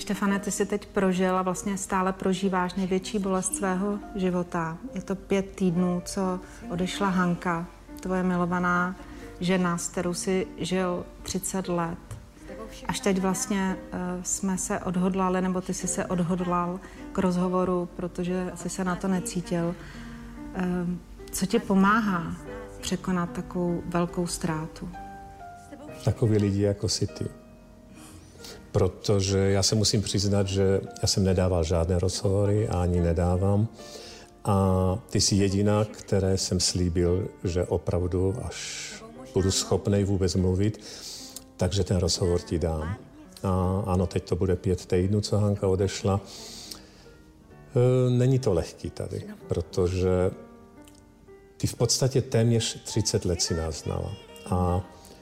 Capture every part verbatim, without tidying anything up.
Štefane, ty jsi teď prožil a vlastně stále prožíváš největší bolest svého života. Je to pět týdnů, co odešla Hanka, tvoje milovaná žena, s kterou jsi žil třicet let. Až teď vlastně uh, jsme se odhodlali, nebo ty jsi se odhodlal k rozhovoru, protože jsi se na to necítil. Uh, co ti pomáhá překonat takovou velkou ztrátu? Takoví lidi jako si ty. Protože já se musím přiznat, že já jsem nedával žádné rozhovory a ani nedávám. A ty jsi jediná, které jsem slíbil, že opravdu, až budu schopnej vůbec mluvit, takže ten rozhovor ti dám. A ano, teď to bude pět týdnů, co Hanka odešla. E, není to lehký tady, protože ty v podstatě téměř třicet let si nás znala. A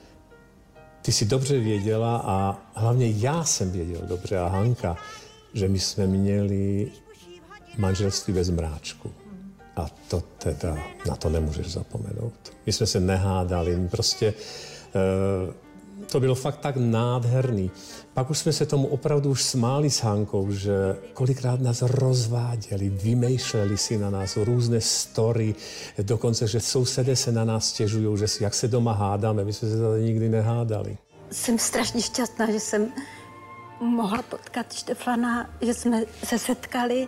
ty si dobře věděla a hlavně já jsem věděl dobře a Hanka, že my jsme měli manželství bez mráčku. A to teda, na to nemůžeš zapomenout. My jsme se nehádali, prostě e, to bylo fakt tak nádherný. Pak už jsme se tomu opravdu už smáli s Hankou, že kolikrát nás rozváděli, vymýšleli si na nás různé story, dokonce, že sousedé se na nás stěžují, že jak se doma hádáme, my jsme se tady nikdy nehádali. Jsem strašně šťastná, že jsem mohla potkat Štefana, že jsme se setkali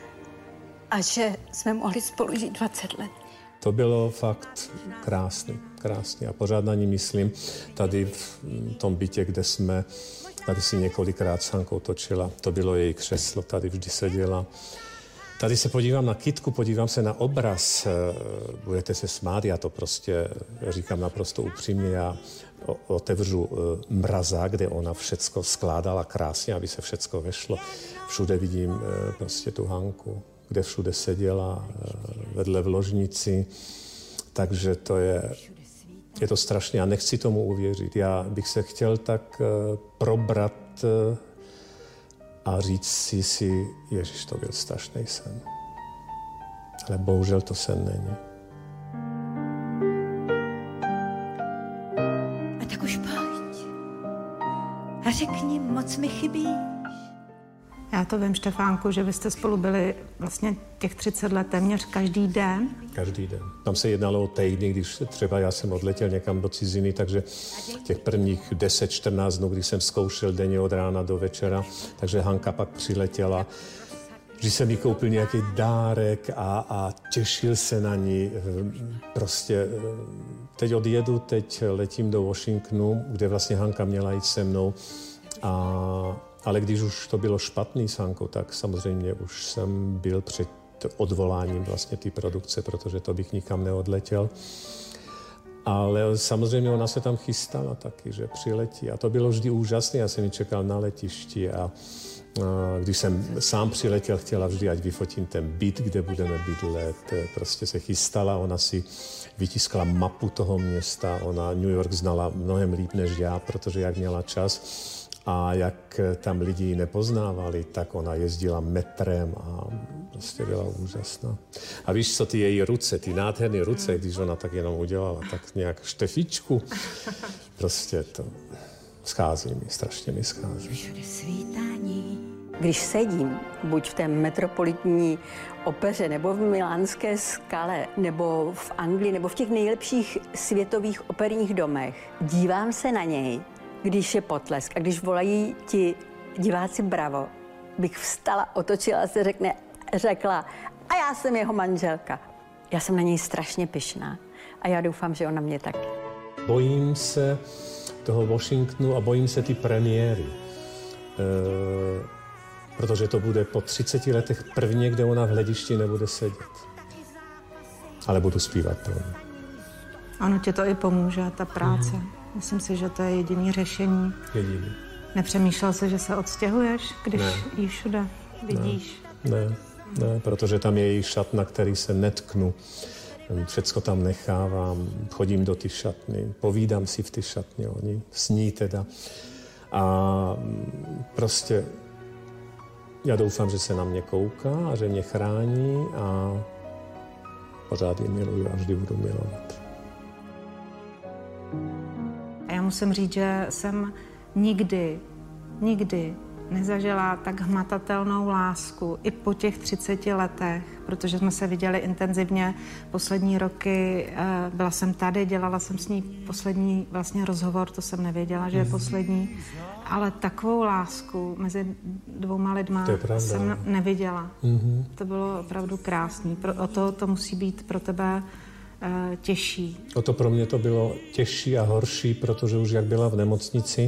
a že jsme mohli spolu žít dvacet let. To bylo fakt krásný, krásný a pořád na ní myslím. Tady v tom bytě, kde jsme, tady si několikrát s Hankou točila, to bylo její křeslo, tady vždy seděla. Tady se podívám na kytku, podívám se na obraz, budete se smát, já to prostě říkám naprosto upřímně, já otevřu mrazák, kde ona všecko skládala krásně, aby se všecko vešlo. Všude vidím prostě tu Hanku, kde všude seděla, vedle v ložnici, takže to je, je to strašně, já nechci tomu uvěřit. Já bych se chtěl tak probrat a říct si si, Ježiš, to byl strašný sen. Ale bohužel to sen není. A tak už pojď a řekni, moc mi chybí. Já to vím, Štefánku, že vy jste spolu byli vlastně těch třicet let téměř každý den. Každý den. Tam se jednalo o týdny, když třeba já jsem odletěl někam do ciziny, takže těch prvních deset čtrnáct dnů, když jsem zkoušel denně od rána do večera, takže Hanka pak přiletěla. Vždy jsem jí koupil nějaký dárek a, a těšil se na ní. Prostě teď odjedu, teď letím do Washingtonu, kde vlastně Hanka měla jít se mnou. A ale když už to bylo špatný s Hankou, tak samozřejmě už jsem byl před odvoláním vlastně té produkce, protože to bych nikam neodletěl. Ale samozřejmě ona se tam chystala taky, že přiletí. A to bylo vždy úžasné. Já jsem ji čekal na letišti a, a když jsem sám přiletěl, chtěla vždy, ať vyfotím ten byt, kde budeme bydlet. Prostě se chystala, ona si vytiskla mapu toho města. Ona New York znala mnohem líp než já, protože jak měla čas. A jak tam lidi nepoznávali, tak ona jezdila metrem a prostě byla úžasná. A víš, co ty její ruce, ty nádherné ruce, když ona tak jenom udělala, tak nějak štefičku, prostě to schází mi, strašně mi schází. Všude svítání. Když sedím buď v té metropolitní opeře, nebo v Milánské Skale, nebo v Anglii, nebo v těch nejlepších světových operních domech, dívám se na něj, když je potlesk a když volají ti diváci bravo, bych vstala, otočila a se řekne, řekla, a já jsem jeho manželka. Já jsem na něj strašně pyšná a já doufám, že ona mě taky. Bojím se toho Washingtonu a bojím se ty premiéry, e, protože to bude po třiceti letech prvně, kde ona v hledišti nebude sedět. Ale budu zpívat pro ní. Ano, tě to i pomůže, ta práce. Mm. Myslím si, že to je jediný řešení. Jediný. Nepřemýšlel jsi, že se odstěhuješ, když ne. ji všude vidíš? Ne, ne, ne, protože tam je její šat, na který se netknu. Všecko tam nechávám, chodím do ty šatny, povídám si v ty šatně, oni sní teda. A prostě já doufám, že se na mě kouká a že mě chrání a pořád ji miluju a vždy budu milovat. A já musím říct, že jsem nikdy, nikdy nezažila tak hmatatelnou lásku i po těch třiceti letech, protože jsme se viděli intenzivně poslední roky. Byla jsem tady, dělala jsem s ní poslední vlastně rozhovor, to jsem nevěděla, že je poslední, ale takovou lásku mezi dvouma lidma jsem neviděla. Mm-hmm. To bylo opravdu krásný. O to, to musí být pro tebe e, těžší. O to pro mě to bylo těžší a horší, protože už jak byla v nemocnici,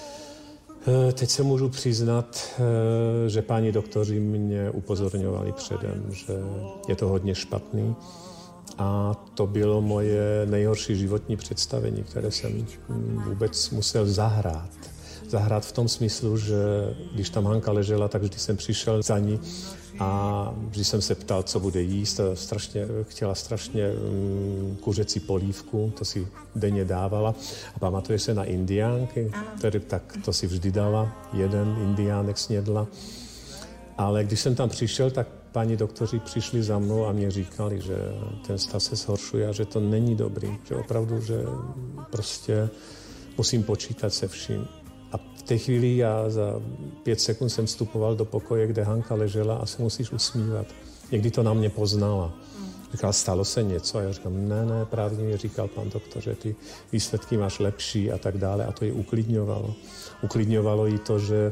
teď se můžu přiznat, že páni doktoři mě upozorňovali předem, že je to hodně špatný. A to bylo moje nejhorší životní představení, které jsem vůbec musel zahrát. Zahrát v tom smyslu, že když tam Hanka ležela, tak vždy jsem přišel za ní a vždy jsem se ptal, co bude jíst. Strašně, chtěla strašně um, kuřecí polívku, to si denně dávala. A pamatuje se na indiánky, tedy tak to si vždy dala, jeden indiánek snědla. Ale když jsem tam přišel, tak páni doktoři přišli za mnou a mě říkali, že ten stav se zhoršuje a že to není dobrý, že opravdu, že prostě musím počítat se vším. A v té chvíli já za pět sekund jsem vstupoval do pokoje, kde Hanka ležela a se musíš usmívat. Někdy to na mě poznala. Říkala, stalo se něco? A já říkám, ne, ne, právě mi říkal pan doktor, že ty výsledky máš lepší a tak dále. A to ji uklidňovalo. Uklidňovalo jí to, že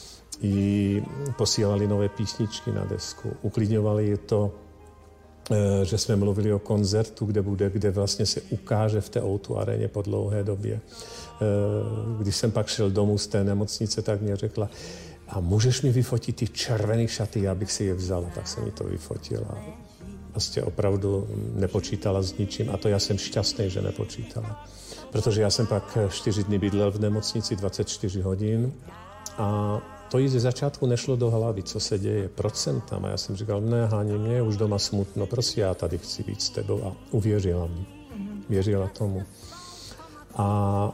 jí posílali nové písničky na desku. Uklidňovali ji to, že jsme mluvili o koncertu, kde bude, kde vlastně se ukáže v té ó dva aréně po dlouhé době. Když jsem pak šel domů z té nemocnice, tak mě řekla, a můžeš mi vyfotit ty červené šaty, já bych si je vzala. Tak jsem mi to vyfotila. Vlastně opravdu nepočítala s ničím a to já jsem šťastný, že nepočítala. Protože já jsem pak čtyři dny bydlel v nemocnici, dvacet čtyři hodin a to jí ze začátku nešlo do hlavy, co se děje, proč jsem tam. A já jsem říkal, ne, Hani, mě je už doma smutno, prostě já tady chci být s tebou. A uvěřila mi. Věřila tomu. A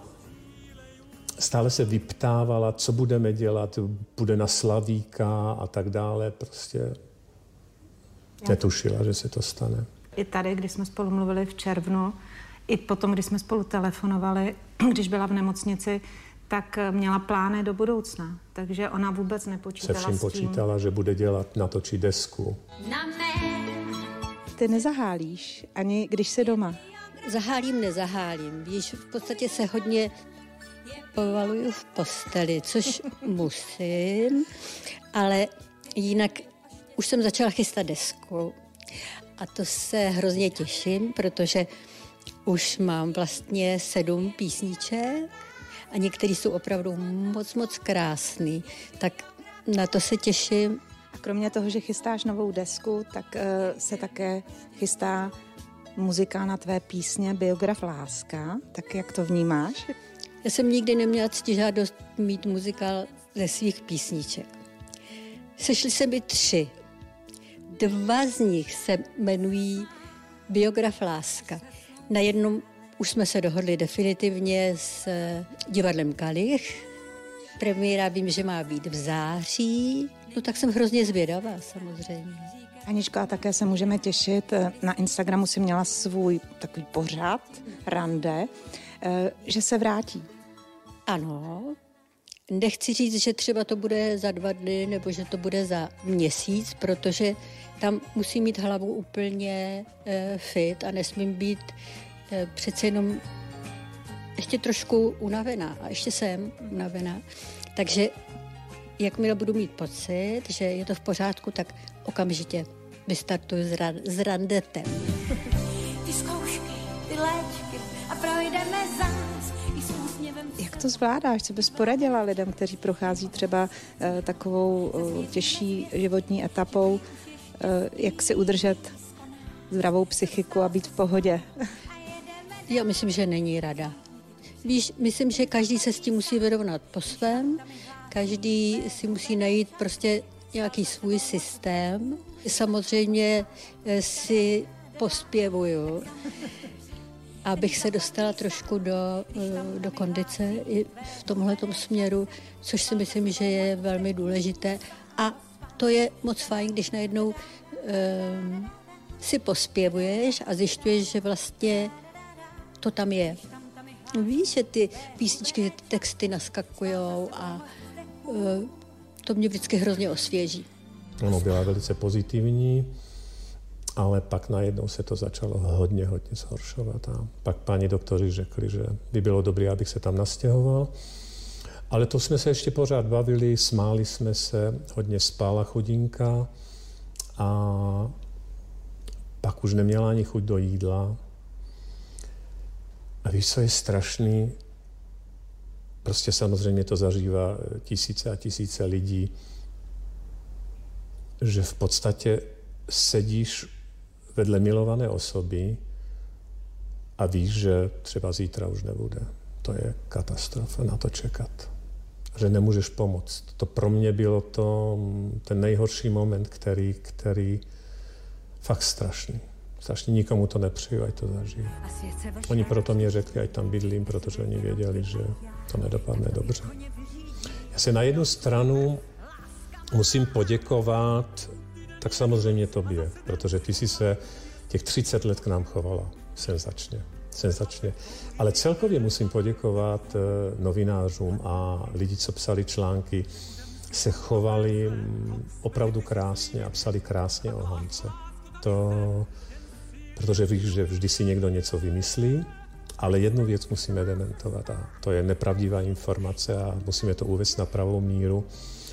stále se vyptávala, co budeme dělat, bude na Slavíka a tak dále. Prostě netušila, že se to stane. I tady, když jsme spolu mluvili v červnu, i potom, když jsme spolu telefonovali, když byla v nemocnici, tak měla plány do budoucna. Takže ona vůbec nepočítala se vším s tím. počítala, že bude dělat, natočit desku. Ty nezahálíš, ani když jsi doma. Zahálím, nezahálím. Víš, v podstatě se hodně povaluju v posteli, což musím, ale jinak už jsem začala chystat desku a to se hrozně těším, protože už mám vlastně sedm písniček a některý jsou opravdu moc, moc krásný, tak na to se těším. A kromě toho, že chystáš novou desku, tak uh, se také chystá muzika na tvé písně Biograf láska, tak jak to vnímáš? Já jsem nikdy neměla ctižádost mít muzikál ze svých písniček. Sešly se mi tři. Dva z nich se jmenují Biograf láska. Na jednom už jsme se dohodli definitivně s divadlem Kalich. Premiéra vím, že má být v září. No tak jsem hrozně zvědavá samozřejmě. Aničko, a také se můžeme těšit. Na Instagramu si měla svůj takový pořad, rande, že se vrátí. Ano. Nechci říct, že třeba to bude za dva dny nebo že to bude za měsíc, protože tam musím mít hlavu úplně e, fit a nesmím být e, přece jenom ještě trošku unavená. A ještě jsem unavená. Takže jakmile budu mít pocit, že je to v pořádku, tak okamžitě vystartuju s, ra- s randetem. Ty zkoušky, ty léčky a projdeme zás i s úsměvem. Jak to zvládáš? Co bys poradila lidem, kteří prochází třeba e, takovou e, těžší životní etapou, e, jak si udržet zdravou psychiku a být v pohodě? Já myslím, že není rada. Víš, myslím, že každý se s tím musí vyrovnat po svém, každý si musí najít prostě nějaký svůj systém. Samozřejmě si pospěvuju, abych se dostala trošku do, do kondice i v tomhletom směru, což si myslím, že je velmi důležité. A to je moc fajn, když najednou um, si pospěvuješ a zjišťuješ, že vlastně to tam je. Víš, že ty písničky, že ty texty naskakujou a uh, to mě vždycky hrozně osvěží. Ono byla velice pozitivní, ale pak najednou se to začalo hodně, hodně zhoršovat. A pak páni doktoři řekli, že by bylo dobré, abych se tam nastěhoval. Ale to jsme se ještě pořád bavili, smáli jsme se, hodně spala chudinka a pak už neměla ani chuť do jídla. A víš, co je strašný? Prostě samozřejmě to zažívá tisíce a tisíce lidí, že v podstatě sedíš vedle milované osoby a víš, že třeba zítra už nebude. To je katastrofa na to čekat. Že nemůžeš pomoct. To pro mě bylo to ten nejhorší moment, který, který fakt strašný. Strašně nikomu to nepřeju, ať to zažiju. Oni proto mě řekli, ať tam bydlím, protože oni věděli, že to nedopadne dobře. Já se na jednu stranu musím poděkovat, tak samozřejmě tobě, protože ty jsi se těch třicet let k nám chovala senzačně. senzačně. Ale celkově musím poděkovat novinářům a lidi, co psali články, se chovali opravdu krásně a psali krásně o Hance. To, protože víš, že vždy si někdo něco vymyslí, ale jednu věc musíme dementovat a to je nepravdivá informace a musíme to uvést na pravou míru.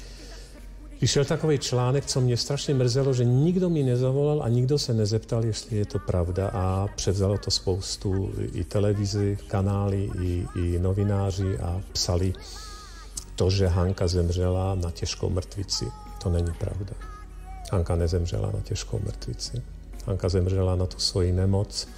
Vyšel takový článek, co mě strašně mrzelo, že nikdo mi nezavolal a nikdo se nezeptal, jestli je to pravda a převzalo to spoustu i televizi, kanály, i, i novináři a psali to, že Hanka zemřela na těžkou mrtvici. To není pravda. Hanka nezemřela na těžkou mrtvici. Hanka zemřela na tu svoji nemoc,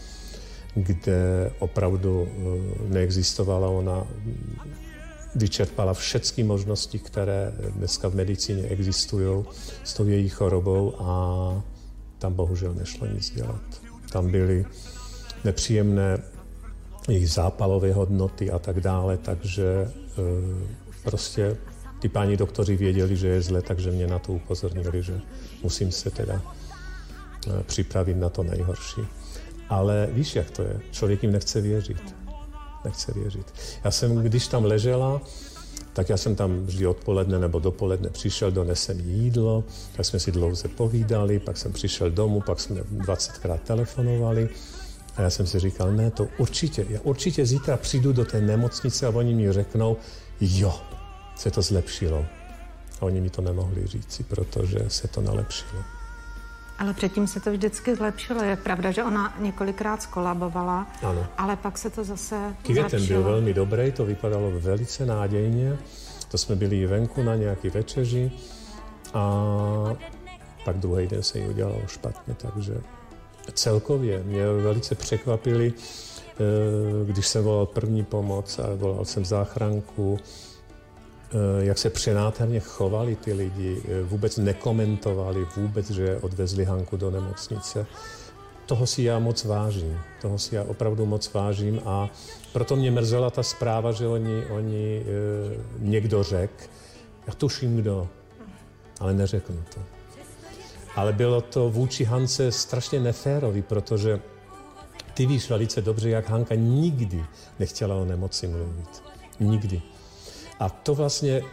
kde opravdu neexistovala. Ona vyčerpala všechny možnosti, které dneska v medicíně existují s tou její chorobou a tam bohužel nešlo nic dělat. Tam byly nepříjemné jejich zápalové hodnoty a tak dále, takže prostě ty páni doktoři věděli, že je zle, takže mě na to upozornili, že musím se teda připravit na to nejhorší. Ale víš, jak to je? Člověk jim nechce věřit. Nechce věřit. Já jsem, když tam ležela, tak já jsem tam vždy odpoledne nebo dopoledne přišel, donesl mi jídlo, tak jsme si dlouze povídali, pak jsem přišel domů, pak jsme dvacetkrát telefonovali a já jsem si říkal, ne, to určitě, já určitě zítra přijdu do té nemocnice a oni mi řeknou, jo, se to zlepšilo. A oni mi to nemohli říci, protože se to nelepšilo. Ale předtím se to vždycky zlepšilo. Je pravda, že ona několikrát skolabovala, ano. Ale pak se to zase Květen zlepšilo. byl velmi dobrý, to vypadalo velice nádějně. To jsme byli venku na nějaký večeři a pak druhý den se jí udělalo špatně, takže celkově mě velice překvapili, když jsem volal první pomoc a volal jsem záchranku, jak se přenádherně chovali ty lidi, vůbec nekomentovali, vůbec, že odvezli Hanku do nemocnice. Toho si já moc vážím, toho si já opravdu moc vážím a proto mě mrzela ta zpráva, že oni, oni někdo řekl, já tuším kdo, ale neřeknu to. Ale bylo to vůči Hance strašně neférový, protože ty víš velice dobře, jak Hanka nikdy nechtěla o nemoci mluvit. Nikdy. A to vlastně e,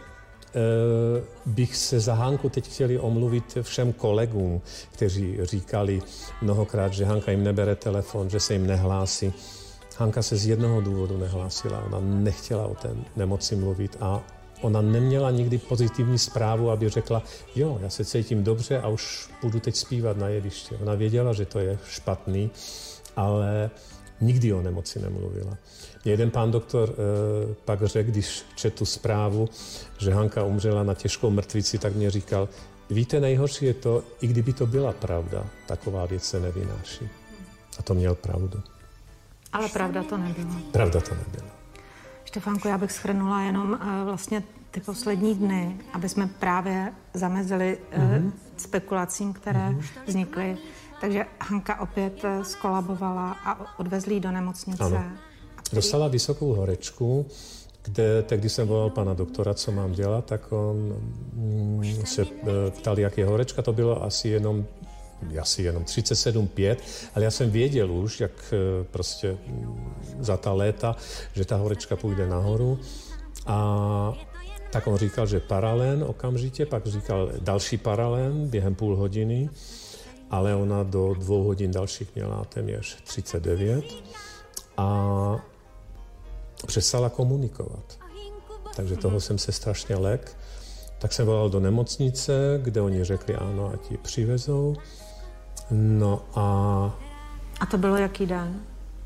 bych se za Hanku teď chtěli omluvit všem kolegům, kteří říkali mnohokrát, že Hanka jim nebere telefon, že se jim nehlásí. Hanka se z jednoho důvodu nehlásila, ona nechtěla o té nemoci mluvit a ona neměla nikdy pozitivní zprávu, aby řekla, jo, já se cítím dobře a už půjdu teď zpívat na jeviště. Ona věděla, že to je špatný, ale nikdy o nemoci nemluvila. Jeden pán doktor e, pak řekl, když četl tu zprávu, že Hanka umřela na těžkou mrtvici, tak mě říkal, víte, nejhorší je to, i kdyby to byla pravda, taková věc se nevynáší. A to měl pravdu. Ale pravda to nebyla. Pravda to nebyla. Štefánko, já bych shrnula jenom uh, vlastně ty poslední dny, aby jsme právě zamezili uh, mm-hmm. spekulacím, které mm-hmm. vznikly. Takže Hanka opět uh, skolabovala a odvezli ji do nemocnice. Ano. Dostala vysokou horečku, kde, tak když jsem volal pana doktora, co mám dělat, tak on mm, se ptal, jak je horečka. To bylo asi jenom, asi jenom třicet sedm pět, ale já jsem věděl už, jak prostě za ta léta, že ta horečka půjde nahoru. A tak on říkal, že paralen okamžitě, pak říkal další paralen během půl hodiny, ale ona do dvou hodin dalších měla téměř třicet devět a přestala komunikovat. Takže toho jsem se strašně lek. Tak jsem volal do nemocnice, kde oni řekli ano, ať ji přivezou. No a... A to bylo jaký den?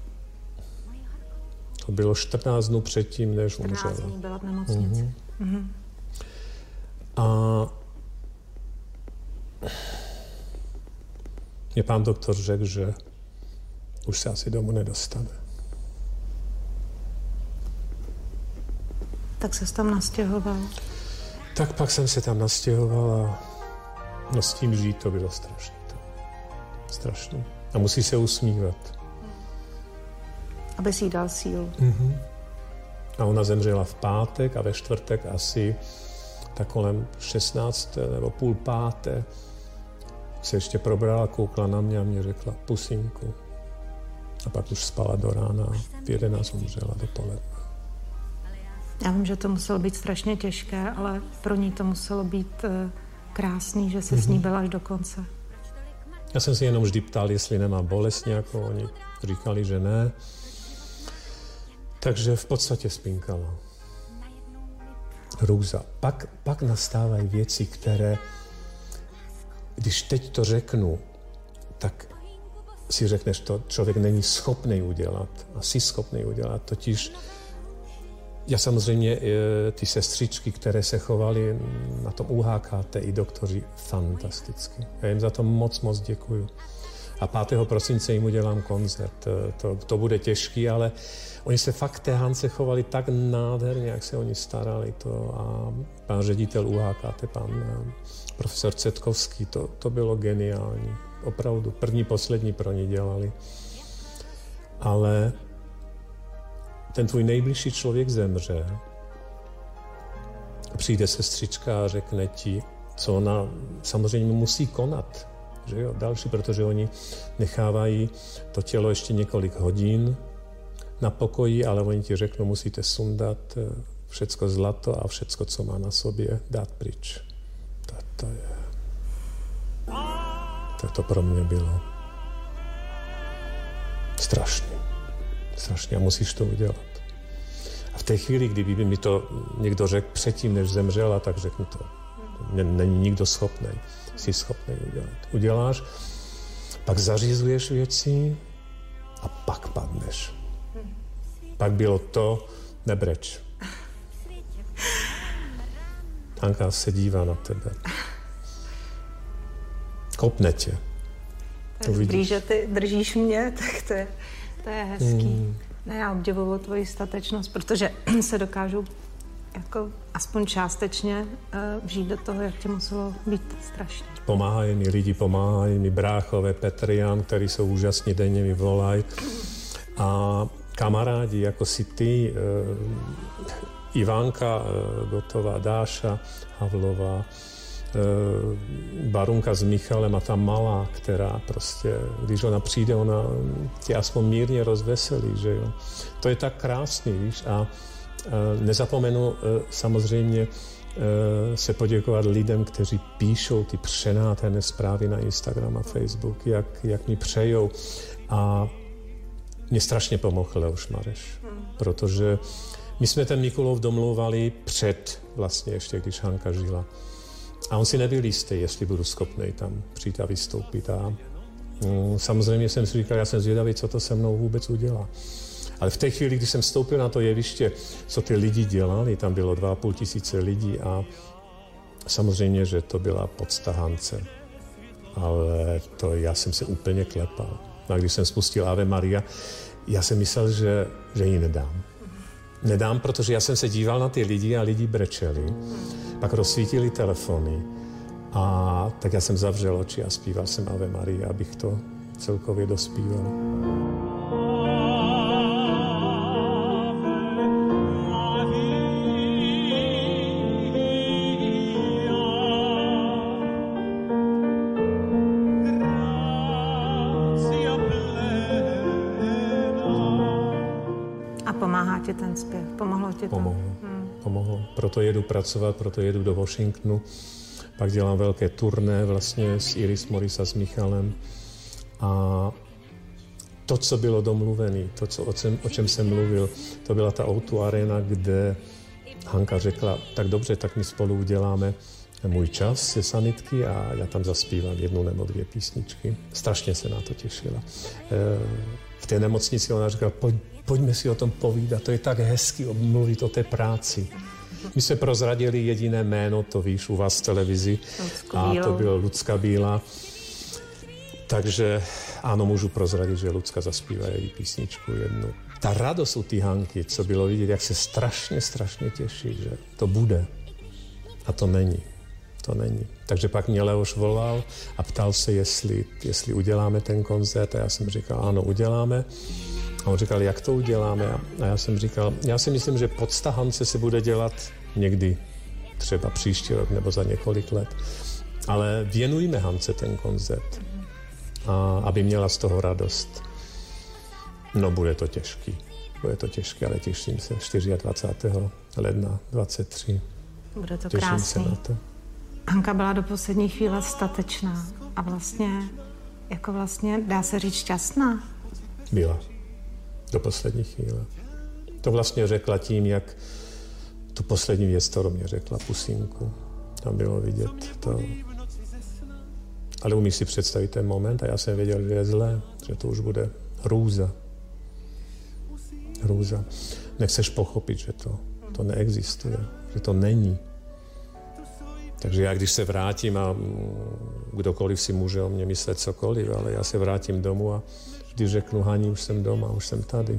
To bylo čtrnáct dnů předtím, než umřela. čtrnáct dní byla v nemocnici. Mm-hmm. Mm-hmm. A mě pán doktor řekl, že už se asi domů nedostane. Tak ses tam nastěhoval? Tak pak jsem se tam nastěhoval a no s tím žít to bylo strašné. Strašné. A musí se usmívat. Aby si jí dal sílu. Mm-hmm. A ona zemřela v pátek a ve čtvrtek asi tak kolem šestnáct nebo půl páté se ještě probrala, koukla na mě a mě řekla pusinku. A pak už spala do rána a v jedenáct umřela dopoledne. Já vím, že to muselo být strašně těžké, ale pro ní to muselo být krásný, že se mm-hmm. s ní byla až do konce. Já jsem si jenom vždy ptal, jestli nemá bolest nějakou. Oni říkali, že ne. Takže v podstatě spinkala. Hrůza. Pak, pak nastávají věci, které, když teď to řeknu, tak si řekneš, to člověk není schopný udělat. A jsi schopný udělat. Totiž já samozřejmě ty sestřičky, které se chovaly na tom U H K T, i doktoři, fantasticky. Já jim za to moc, moc děkuju. A pátého prosince jim udělám koncert. To, to bude těžký, ale oni se fakt té Hance chovali tak nádherně, jak se oni starali. To a pan ředitel U H K T, pan profesor Cetkovský, to, to bylo geniální. Opravdu, první, poslední pro ně dělali. Ale ten tvůj nejbližší člověk zemře, přijde sestřička a řekne ti, co ona samozřejmě musí konat, že jo, další, protože oni nechávají to tělo ještě několik hodin na pokoji, ale oni ti řeknou, musíte sundat všecko zlato a všecko, co má na sobě, dát pryč. To, to je... Tak to pro mě bylo strašné. Strašně a musíš to udělat. A v té chvíli, kdyby mi to někdo řekl předtím, než zemřela, tak řeknu to. Není nikdo schopný. Jsi schopný udělat. Uděláš, pak zařizuješ věci a pak padneš. Pak bylo to, nebreč. Hanka se dívá na tebe. Kopne tě. To je dobrý, že ty držíš mě, tak to je... To je hezký. Hmm. Ne, já obdivuju tvoji statečnost, protože se dokážu jako aspoň částečně uh, vžít do toho, jak tě muselo být strašně. Pomáhají mi lidi, pomáhají mi bráchové, Petrian, který jsou úžasní, denně mi volají. A kamarádi, jako si ty, uh, Ivanka uh, Gotová, Dáša Havlová, Barunka s Michalem a ta malá, která prostě, když ona přijde, ona tě aspoň mírně rozveselí, že jo. To je tak krásný, víš, a, a nezapomenu samozřejmě se poděkovat lidem, kteří píšou ty přenádherné zprávy na Instagram a Facebook, jak, jak mi přejou. A mě strašně pomohl Leoš Mareš, protože my jsme ten Mikulov domluvali před, vlastně ještě, když Hanka žila. A on si nebyl jistý, jestli budu schopný tam přijít a vystoupit. A mm, samozřejmě jsem si říkal, já jsem zvědavý, co to se mnou vůbec udělá. Ale v té chvíli, když jsem vstoupil na to jeviště, co ty lidi dělali, tam bylo dva a půl tisíce lidí a samozřejmě, že to byla podsta Hance. Ale to já jsem se úplně klepal. A když jsem spustil Ave Maria, já jsem myslel, že, že ji nedám. Nedám, protože já jsem se díval na ty lidi a lidi brečeli. Pak rozsvítili telefony a tak já jsem zavřel oči a zpíval jsem Ave Maria, abych to celkově dospíval. A pomáhá ti ten zpěv? Pomohlo ti to? Pomohlo. Hmm. pomohlo. Proto jedu pracovat, proto jedu do Washingtonu. Pak dělám velké turné vlastně s Iris Morris a s Michalem. A to, co bylo domluvené, to, co, o, čem, o čem jsem mluvil, to byla ta ó dva Arena, kde Hanka řekla, tak dobře, tak my spolu uděláme Můj čas se sanitky a já tam zaspívám jednu nebo dvě písničky. Strašně se na to těšila. V té nemocnici ona říkala, Pojď, pojďme si o tom povídat, to je tak hezky mluvit o té práci. My jsme prozradili jediné jméno, to víš, u vás v televizi, a to bylo Lucka Bílá. Takže ano, můžu prozradit, že Lucka zaspívá její písničku jednu. Ta radost u té Hanky, co bylo vidět, jak se strašně, strašně těší, že to bude. A to není. To není. Takže pak mě Leoš volal a ptal se, jestli, jestli uděláme ten koncert. A já jsem říkal, ano, uděláme. A on říkal, jak to uděláme? A já jsem říkal, já si myslím, že podsta Hance se bude dělat někdy, třeba příští rok nebo za několik let. Ale věnujme Hance ten koncert, a aby měla z toho radost. No, bude to těžký. Bude to těžké, ale těším se. dvacátého čtvrtého ledna dvacet tři. Bude to těším krásný. Se na to. Hanka byla do poslední chvíle statečná a vlastně, jako vlastně, dá se říct, šťastná. Byla. Do poslední chvíle. To vlastně řekla tím, jak tu poslední věc, kterou mě řekla, pusinku. Tam bylo vidět to. Ale umíš si představit ten moment a já jsem věděl, že je zlé, že to už bude hrůza. Hrůza. Nechceš pochopit, že to, to neexistuje, že to není. Takže já, když se vrátím a kdokoliv si může o mě myslet cokoliv, ale já se vrátím domů a vždy řeknu, Hani, už jsem doma, už jsem tady.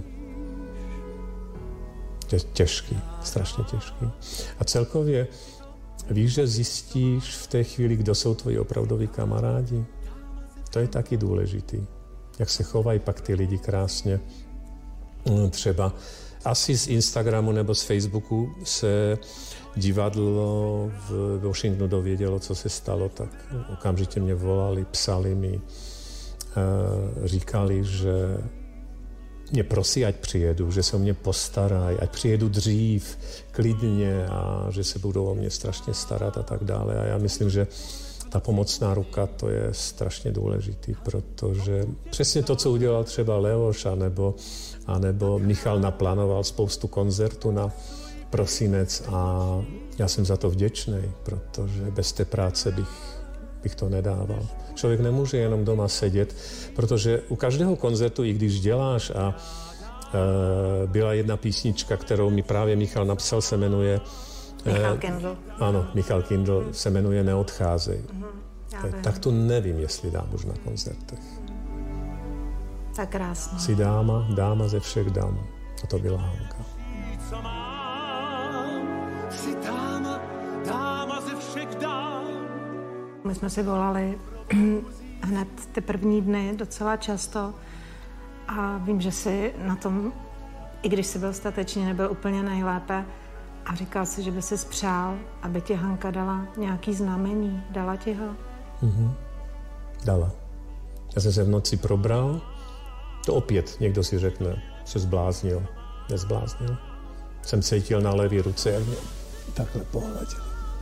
Je těžký, strašně těžký. A celkově víš, že zjistíš v té chvíli, kdo jsou tvoji opravdoví kamarádi? To je taky důležitý. Jak se chovají pak ty lidi krásně. Třeba asi z Instagramu nebo z Facebooku se divadlo v Washingtonu dovědělo, co se stalo, tak okamžitě mě volali, psali mi, říkali, že mě prosí, ať přijedu, že se o mě postarají, ať přijedu dřív, klidně a že se budou o mě strašně starat a tak dále. A já myslím, že ta pomocná ruka, to je strašně důležitý, protože přesně to, co udělal třeba Leoš, anebo, anebo Michal naplánoval spoustu koncertů na prosinec a já jsem za to vděčný, protože bez té práce bych, bych to nedával. Člověk nemůže jenom doma sedět, protože u každého koncertu, i když děláš a e, byla jedna písnička, kterou mi právě Michal napsal, se jmenuje Michal Kindl. Ano, Michal Kindl se jmenuje Neodcházej. Mm-hmm, tak to nevím, jestli dám už na koncertech. Tak krásně. Jsi dáma, dáma ze všech dám. A to byla Hanka. Co mám, jsi dáma, dáma ze všech dám. My jsme si volali hned ty první dny docela často a vím, že si na tom, i když jsi byl statečně, nebyl úplně nejlépe, a říkal si, že by si spřál, aby ti Hanka dala nějaký znamení. Dala ti ho? Mm-hmm. Dala. Já jsem se v noci probral. To opět někdo si řekne, se zbláznil. Nezbláznil. Jsem cítil na levé ruce, jak mě takhle pohladil.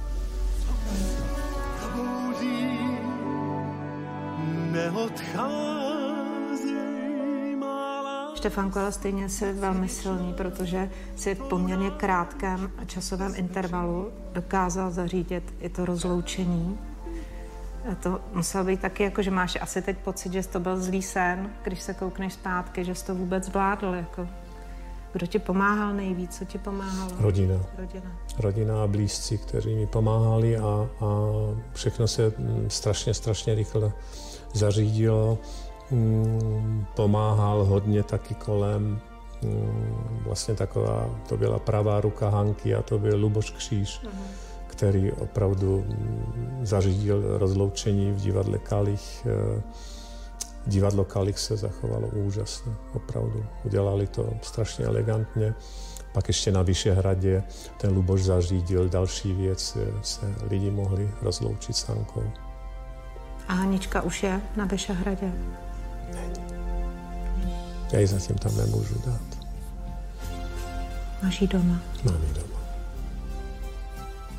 Štefánko, ale stejně jsi velmi silný, protože si v poměrně krátkém časovém intervalu dokázal zařídit i to rozloučení. To muselo být taky, jako, že máš asi teď pocit, že jsi to byl zlý sen, když se koukneš zpátky, že jsi to vůbec zvládl. Jako. Kdo ti pomáhal nejvíc? Co ti pomáhalo? Rodina. Rodina. Rodina a blízcí, kteří mi pomáhali a, a všechno se strašně, strašně rychle zařídilo. Pomáhal hodně taky kolem. Vlastně taková, to byla pravá ruka Hanky a to byl Luboš Kříž, uh-huh. který opravdu zařídil rozloučení v divadle Kalich. Divadlo Kalich se zachovalo úžasně, opravdu. Udělali to strašně elegantně. Pak ještě na Vyšehradě ten Luboš zařídil další věc, se lidi mohli rozloučit s Hankou. A Hanička už je na Vyšehradě? Není. Já ji zatím tam nemůžu dát. Máš jí doma? Mám ji doma.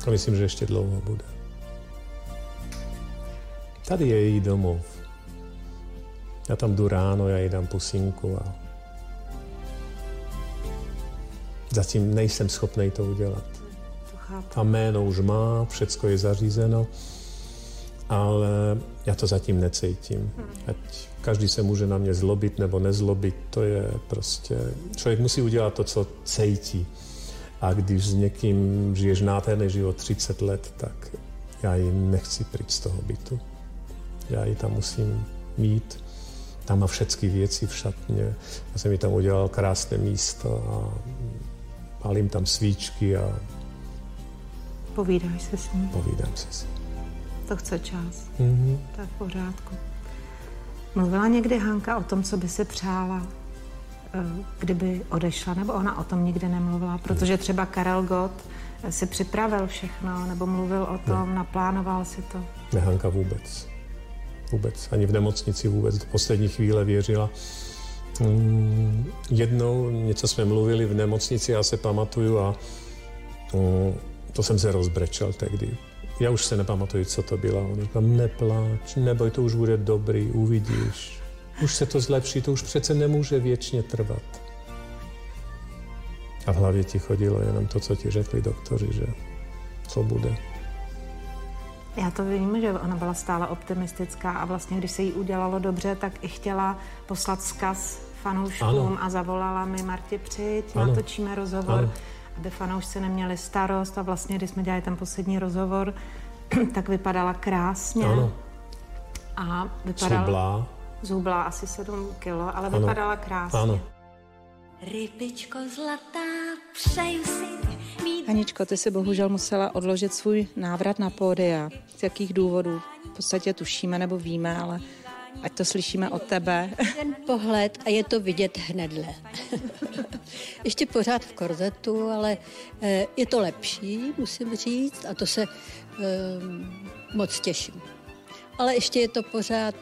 A myslím, že ještě dlouho bude. Tady je její domov. Já tam jdu ráno, já jí dám pusinku a zatím nejsem schopný to udělat. A jméno už má, všecko je zařízeno, ale já to zatím necítím. Ať každý se může na mě zlobit nebo nezlobit, to je prostě... Člověk musí udělat to, co cítí. A když s někým žiješ nádherný život třicet let, tak já ji nechci pryč z toho bytu. Já ji tam musím mít. Tam má všechny věci v šatně. Já jsem jí tam udělal krásné místo a pálím tam svíčky a... Povídáš se s ní? Povídám se s ní. To chce čas. Mm-hmm. Tak v pořádku. Mluvila někdy Hanka o tom, co by si přála, kdyby odešla, nebo ona o tom nikdy nemluvila? Protože třeba Karel Gott si připravil všechno, nebo mluvil o tom, ne. naplánoval si to? Ne, Hanka vůbec. Vůbec. Ani v nemocnici vůbec. Do poslední chvíle věřila. Mm, jednou něco jsme mluvili v nemocnici, já se pamatuju a mm, to jsem se rozbrečel tehdy. Já už se nepamatuju, co to bylo. On říkal, nepláč, neboj, to už bude dobrý, uvidíš. Už se to zlepší, to už přece nemůže věčně trvat. A v hlavě ti chodilo jenom to, co ti řekli doktoři, že co bude. Já to vím, že ona byla stále optimistická a vlastně, když se jí udělalo dobře, tak i chtěla poslat vzkaz fanouškům ano. a zavolala mi, Marti, přijď, ano. natočíme rozhovor, ano. aby fanoušci neměli starost a vlastně, když jsme dělali ten poslední rozhovor, tak vypadala krásně. Ano. A vypadala... Zublá. Zublá asi sedm kilo, ale ano. vypadala krásně. Ano. Rybičko zlatá, přeju si mít... Haničko, ty si bohužel musela odložit svůj návrat na pódia. Z jakých důvodů? V podstatě tušíme nebo víme, ale ať to slyšíme od tebe. Ten pohled a je to vidět hnedle. Ještě pořád v korzetu, ale je to lepší, musím říct, a to se um, moc těším. Ale ještě je to pořád...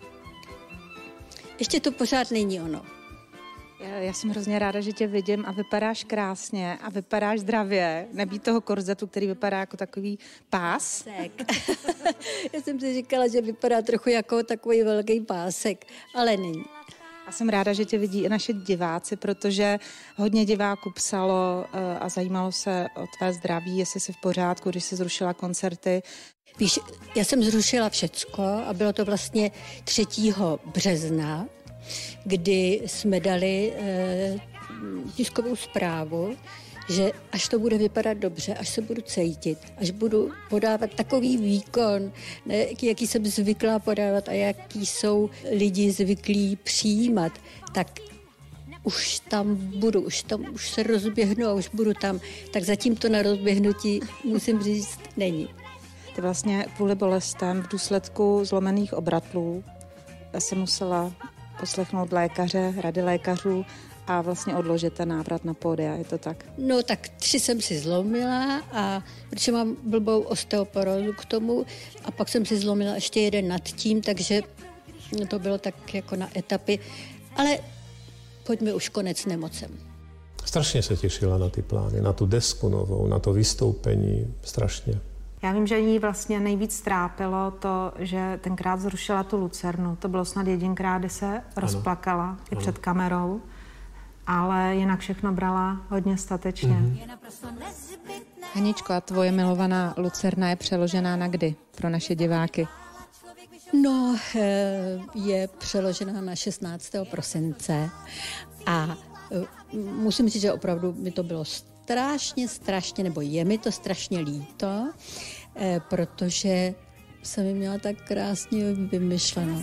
Ještě to pořád není ono. Já jsem hrozně ráda, že tě vidím a vypadáš krásně a vypadáš zdravě. Nebýt toho korzetu, který vypadá jako takový pás. Já jsem si říkala, že vypadá trochu jako takový velký pásek, ale není. A jsem ráda, že tě vidí i naše diváci, protože hodně diváků psalo a zajímalo se o tvé zdraví, jestli jsi v pořádku, když jsi zrušila koncerty. Víš, já jsem zrušila všecko a bylo to vlastně třetího března, kdy jsme dali e, tiskovou zprávu, že až to bude vypadat dobře, až se budu cítit, až budu podávat takový výkon, ne, jaký jsem zvyklá podávat a jaký jsou lidi zvyklí přijímat, tak už tam budu, už tam už se rozběhnu a už budu tam. Tak zatím to na rozběhnutí, musím říct, není. Ty vlastně kvůli bolestem v důsledku zlomených obratlů si musela poslechnout lékaře, rady lékařů a vlastně odložit ten návrat na pódia, je to tak? No tak tři jsem si zlomila, a protože mám blbou osteoporózu k tomu a pak jsem si zlomila ještě jeden nad tím, takže to bylo tak jako na etapy, ale pojďme už konec nemocem. Strašně se těšila na ty plány, na tu desku novou, na to vystoupení, strašně. Já vím, že jí vlastně nejvíc trápilo to, že tenkrát zrušila tu lucernu. To bylo snad jedinkrát, kdy se ano. rozplakala ano. i před kamerou, ale jinak všechno brala hodně statečně. Mm-hmm. Haničko, a tvoje milovaná lucerna je přeložená na kdy pro naše diváky? No, je přeložená na šestnáctého prosince a musím říct, že opravdu mi to bylo strašně, strašně, nebo je mi to strašně líto, eh, protože jsem ji měla tak krásně vymyšleno.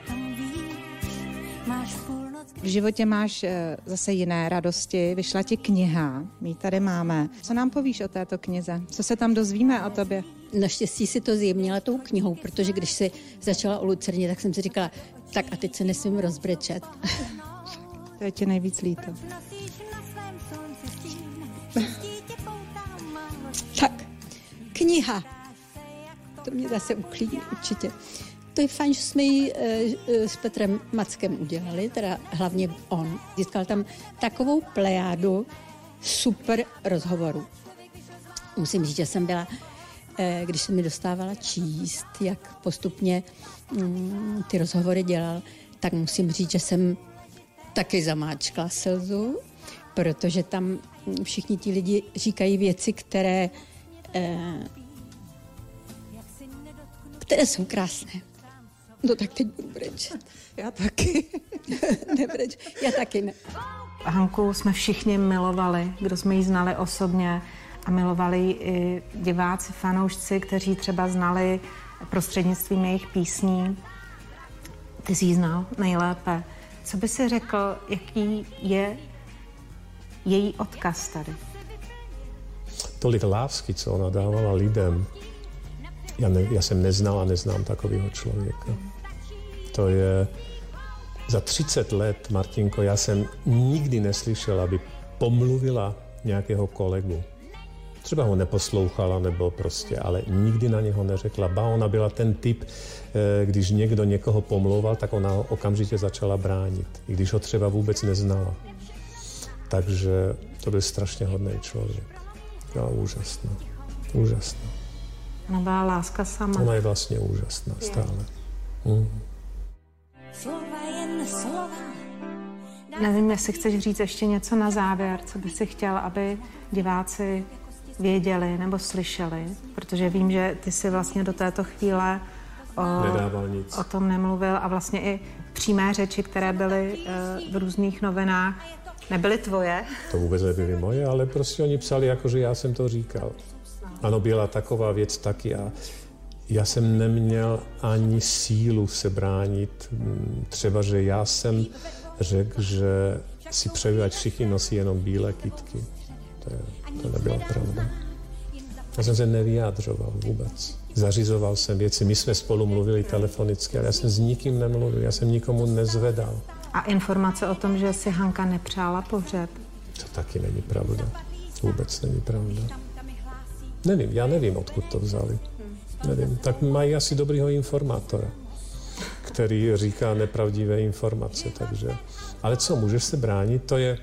V životě máš eh, zase jiné radosti. Vyšla ti kniha, my ji tady máme. Co nám povíš o této knize? Co se tam dozvíme o tobě? Naštěstí si to zjemnila tou knihou, protože když si začala o lucerně, tak jsem si říkala, tak a teď se nesmím rozbrečet. To je ti nejvíc líto. Tak, kniha. To mě zase uklidí určitě. To je fajn, že jsme ji e, s Petrem Mackem udělali, teda hlavně on. Získal tam takovou plejádu super rozhovorů. Musím říct, že jsem byla, když se mi dostávala číst, jak postupně mm, ty rozhovory dělal, tak musím říct, že jsem taky zamáčkla slzu, protože tam všichni ti lidi říkají věci, které, eh, které jsou krásné. No tak teď budu brečet. Já taky. Nebreč, já taky ne. Hanku jsme všichni milovali, kdo jsme ji znali osobně, a milovali ji i diváci, fanoušci, kteří třeba znali prostřednictvím jejich písní. Ty jsi ji znal nejlépe. Co by si řekl, jaký je její odkaz tady? Tolik lásky, co ona dávala lidem. Já, ne, já jsem neznal a neznám takového člověka. To je za třicet let, Martinko, já jsem nikdy neslyšel, aby pomluvila nějakého kolegu. Třeba ho neposlouchala, nebo prostě, ale nikdy na něho neřekla. Ba, ona byla ten typ, když někdo někoho pomlouval, tak ona ho okamžitě začala bránit, i když ho třeba vůbec neznala. Takže to byl strašně hodný člověk. Byla úžasná, úžasná. Ona byla láska sama. Ona je vlastně úžasná stále. Mm. Slova jen slova. Nevím, jestli chceš říct ještě něco na závěr, co by si chtěl, aby diváci věděli nebo slyšeli, protože vím, že ty si vlastně do této chvíle o, o tom nemluvil a vlastně i přímé řeči, které byly uh, v různých novinách, nebyly tvoje. To vůbec nebyly moje, ale prostě oni psali, jako že já jsem to říkal. Ano, byla taková věc taky a já jsem neměl ani sílu se bránit. Třeba, že já jsem řekl, že si přeju, ať všichni nosí jenom bílé kytky. To, je, to nebyla pravda. Já jsem se nevyjádřoval vůbec. Zařizoval jsem věci. My jsme spolu mluvili telefonicky, ale já jsem s nikým nemluvil, já jsem nikomu nezvedal. A informace o tom, že si Hanka nepřála pohřeb? To taky není pravda. Vůbec není pravda. Nevím, já nevím, odkud to vzali. Nevím. Tak mají asi dobrýho informátora, který říká nepravdivé informace, takže... Ale co, můžeš se bránit? To je...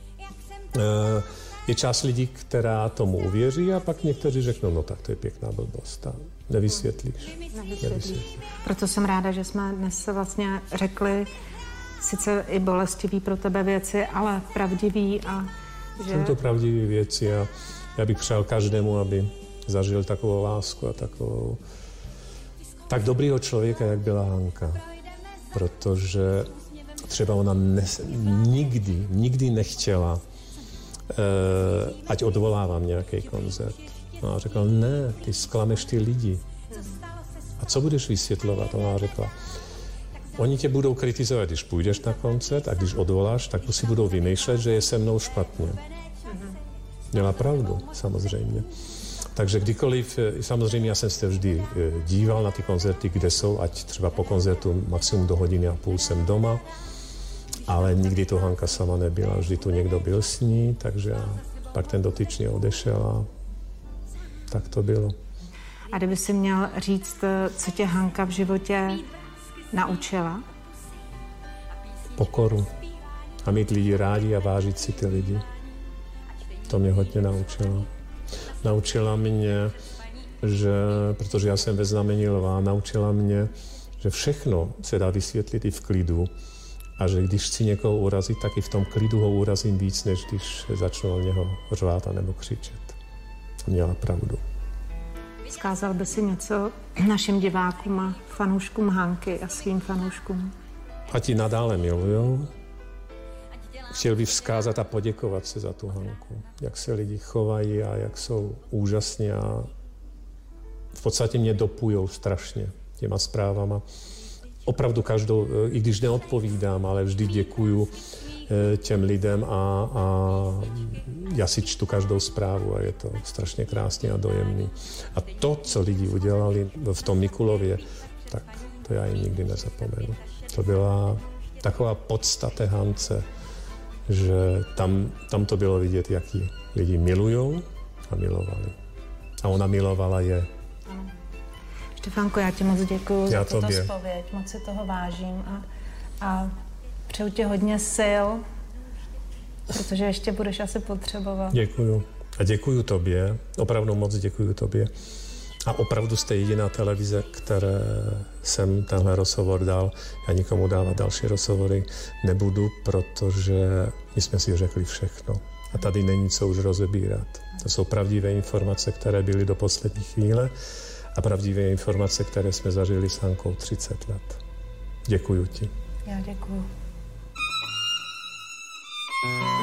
Uh, je část lidí, která tomu uvěří a pak někteří řeknou, no tak to je pěkná blbost a nevysvětlíš. Nevysvětlíš. Proto jsem ráda, že jsme dnes vlastně řekli sice i bolestivý pro tebe věci, ale pravdivý a že... Jsou to pravdivé věci a já bych přál každému, aby zažil takovou lásku a takovou tak dobrýho člověka, jak byla Hanka. Protože třeba ona nes, nikdy, nikdy nechtěla, eh, ať odvolávám nějaký koncert. No a řekla, ne, ty zklameš ty lidi. A co budeš vysvětlovat? Ona řekla, oni tě budou kritizovat, když půjdeš na koncert a když odvoláš, tak si budou vymýšlet, že je se mnou špatně. Měla pravdu, samozřejmě. Takže kdykoliv, samozřejmě já jsem se vždy díval na ty koncerty, kde jsou, ať třeba po koncertu maximum do hodiny a půl jsem doma, ale nikdy to Hanka sama nebyla, vždy tu někdo byl s ní, takže pak ten dotyčný odešel a tak to bylo. A kdyby si měl říct, co tě Hanka v životě naučila? Pokoru. A mít lidi rádi a vážit si ty lidi. To mě hodně naučila. Naučila mě, že, protože já jsem ve znamení lva, naučila mě, že všechno se dá vysvětlit i v klidu a že když chci někoho urazit, tak i v tom klidu ho urazím víc, než když začnu o něho řvát a nebo křičet. Měla pravdu. Vzkázal by si něco našim divákům a fanouškům Hanky a svým fanouškům? Ať ji nadále milujou. Chtěl bych vzkázat a poděkovat se za tu Hanku. Jak se lidi chovají a jak jsou úžasní a v podstatě mě dopujou strašně těma zprávama. Opravdu každou, i když neodpovídám, ale vždy děkuju těm lidem a, a já si čtu každou zprávu a je to strašně krásný a dojemný. A to, co lidi udělali v tom Mikulově, tak to já jim nikdy nezapomenu. To byla taková podstata Hance, že tam, tam to bylo vidět, jak ji lidi milujou a milovali. A ona milovala je. Štěpánko, já ti moc děkuju já za tuto tobě. zpověď, moc si toho vážím a, a přeju ti hodně sil, protože ještě budeš asi potřebovat. Děkuju. A děkuju tobě, opravdu moc děkuju tobě. A opravdu jste jediná televize, které jsem tenhle rozhovor dal. Já nikomu dávat další rozhovory nebudu, protože my jsme si řekli všechno. A tady není co už rozebírat. To jsou pravdivé informace, které byly do poslední chvíle a pravdivé informace, které jsme zažili s Hankou třicet let. Děkuju ti. Já děkuju.